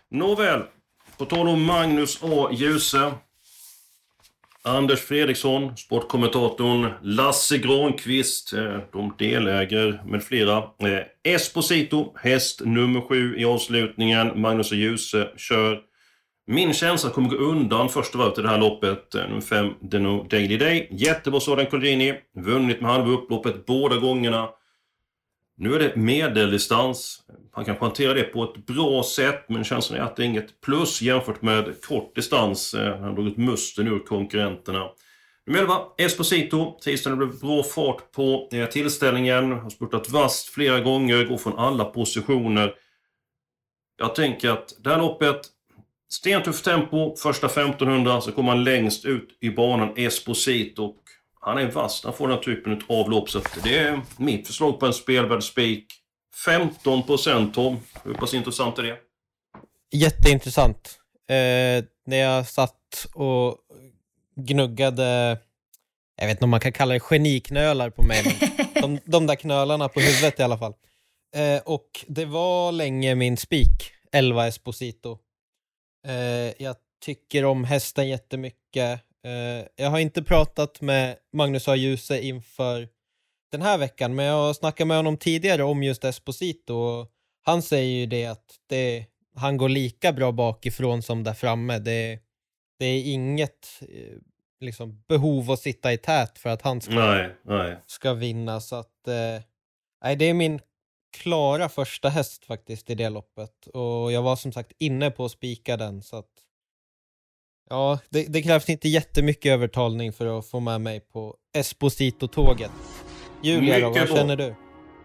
Nåväl, på tal om Magnus A. Djuse, Anders Fredriksson, sportkommentatorn, Lasse Granqvist, de deläger med flera. Esposito, häst nummer 7 i avslutningen. Magnus A. Djuse kör. Min känsla kommer gå undan första varvet i det här loppet. Nummer 5, Deno Daily Day. Jättebra sådan Colgjini. Vunnit med halva upploppet båda gångerna. Nu är det medeldistans. Han kan hantera det på ett bra sätt. Men känslan är att det är inget plus jämfört med kort distans. Han har dragit musten ur konkurrenterna. Nummer 11, Esposito. Tisdagen blev bra fart på tillställningen. Har spurtat vast flera gånger. Går från alla positioner. Jag tänker att det här loppet, stentuff tempo, första 1500, så kommer han längst ut i banan, Esposito, och han är vass, han får den typen av lopp, så det är mitt förslag på en spelvärd spik. 15%, Tom, hur pass intressant är det? Jätteintressant. När jag satt och gnuggade, jag vet inte om man kan kalla det geniknölar på mig, men de där knölarna på huvudet i alla fall. Och det var länge min spik, 11 Esposito. Jag tycker om hästen jättemycket. Jag har inte pratat med Magnus A. Djuse inför den här veckan, men jag har snackat med honom tidigare om just Esposito, och han säger ju det att han går lika bra bakifrån som där framme. Det är inget liksom behov att sitta i tät för att han ska vinna, så att det är min klara första häst faktiskt i det loppet, och jag var som sagt inne på att spika den, så att ja, det krävs inte jättemycket övertalning för att få med mig på Esposito-tåget. Julia då, vad känner du?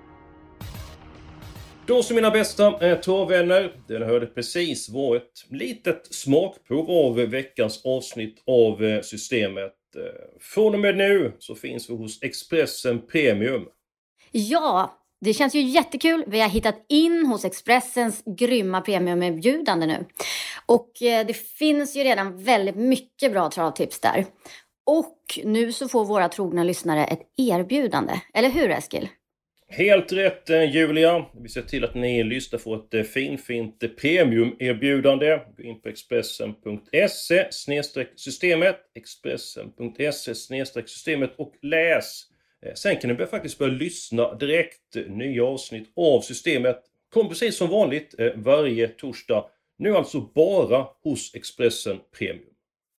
Då som mina bästa travvänner, det hörde precis var ett litet smakprov av veckans avsnitt av systemet. Från och med nu så finns vi hos Expressen Premium. Ja, det känns ju jättekul. Vi har hittat in hos Expressens grymma premiumerbjudande nu. Och det finns ju redan väldigt mycket bra travtips där. Och nu så får våra trogna lyssnare ett erbjudande. Eller hur, Eskil? Helt rätt, Julia. Vi ser till att ni lyssnar får ett fint premiumerbjudande. Gå in på expressen.se/systemet, expressen.se/systemet och läs. Sen kan ni faktiskt börja lyssna direkt. Nya avsnitt av systemet kommer precis som vanligt varje torsdag. Nu alltså bara hos Expressen Premium.